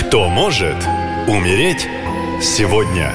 Кто может умереть сегодня?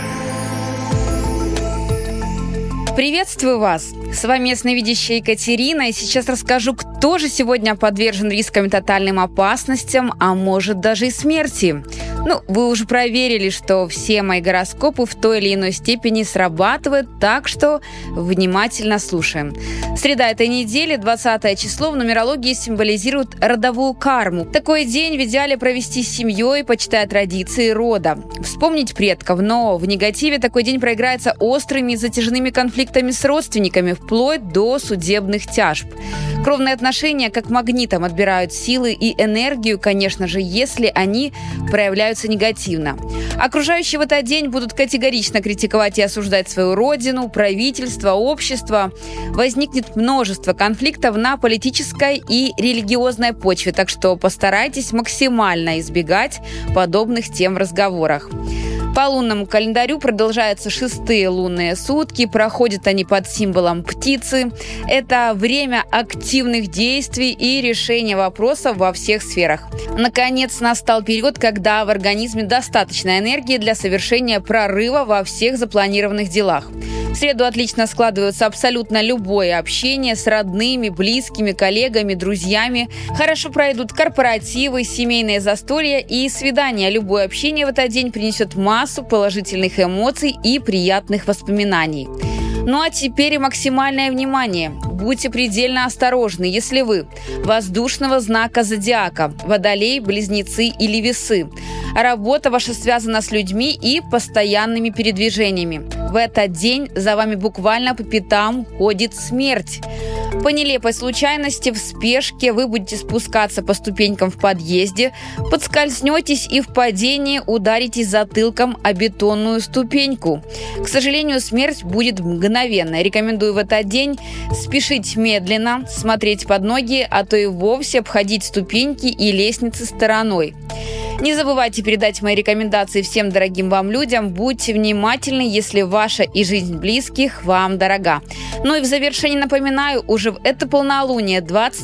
Приветствую вас! С вами ясновидящая Екатерина, и сейчас расскажу, кто же сегодня подвержен рискам и тотальным опасностям, а может даже и смерти. Вы уже проверили, что все мои гороскопы в той или иной степени срабатывают, так что внимательно слушаем. Среда этой недели, 20 число, в нумерологии символизирует родовую карму. Такой день в идеале провести с семьей, почитая традиции рода, вспомнить предков, но в негативе такой день проиграется острыми и затяжными конфликтами с родственниками, вплоть до судебных тяжб. Кровные отношения как магнитом отбирают силы и энергию, конечно же, если они проявляются негативно. Окружающие в этот день будут категорично критиковать и осуждать свою родину, правительство, общество. Возникнет множество конфликтов на политической и религиозной почве, так что постарайтесь максимально избегать подобных тем в разговорах. По лунному календарю продолжаются 6-е лунные сутки, проходят они под символом птицы. Это время активных действий и решения вопросов во всех сферах. Наконец, настал период, когда в организме достаточно энергии для совершения прорыва во всех запланированных делах. В среду отлично складывается абсолютно любое общение с родными, близкими, коллегами, друзьями. Хорошо пройдут корпоративы, семейные застолья и свидания. Любое общение в этот день принесет массу положительных эмоций и приятных воспоминаний. А теперь и максимальное внимание. Будьте предельно осторожны, если вы воздушного знака зодиака, водолей, близнецы или весы. Работа ваша связана с людьми и постоянными передвижениями. В этот день за вами буквально по пятам ходит смерть. По нелепой случайности в спешке вы будете спускаться по ступенькам в подъезде, подскользнетесь и в падении ударитесь затылком о бетонную ступеньку. К сожалению, смерть будет мгновенной. Рекомендую в этот день спешить медленно, смотреть под ноги, а то и вовсе обходить ступеньки и лестницы стороной. Не забывайте передать мои рекомендации всем дорогим вам людям. Будьте внимательны, если ваша и жизнь близких вам дорога. И в завершении напоминаю, уже в это полнолуние,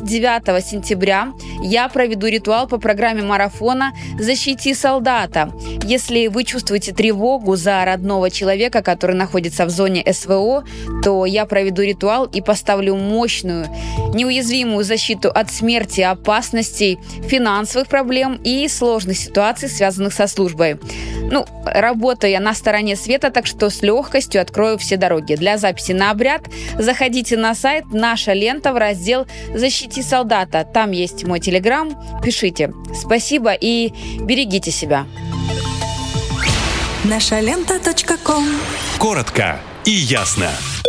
29 сентября, я проведу ритуал по программе марафона «Защити солдата». Если вы чувствуете тревогу за родного человека, который находится в зоне СВО, то я проведу ритуал и поставлю мощную, неуязвимую защиту от смерти, опасностей, финансовых проблем и сложных ситуаций, связанных со службой. Работаю я на стороне света, так что с легкостью открою все дороги. Для записи на обряд заходите на сайт «Наша лента» в раздел «Защити солдата». Там есть мой телеграм. Пишите. Спасибо и берегите себя. Нашалента.ком. Коротко и ясно.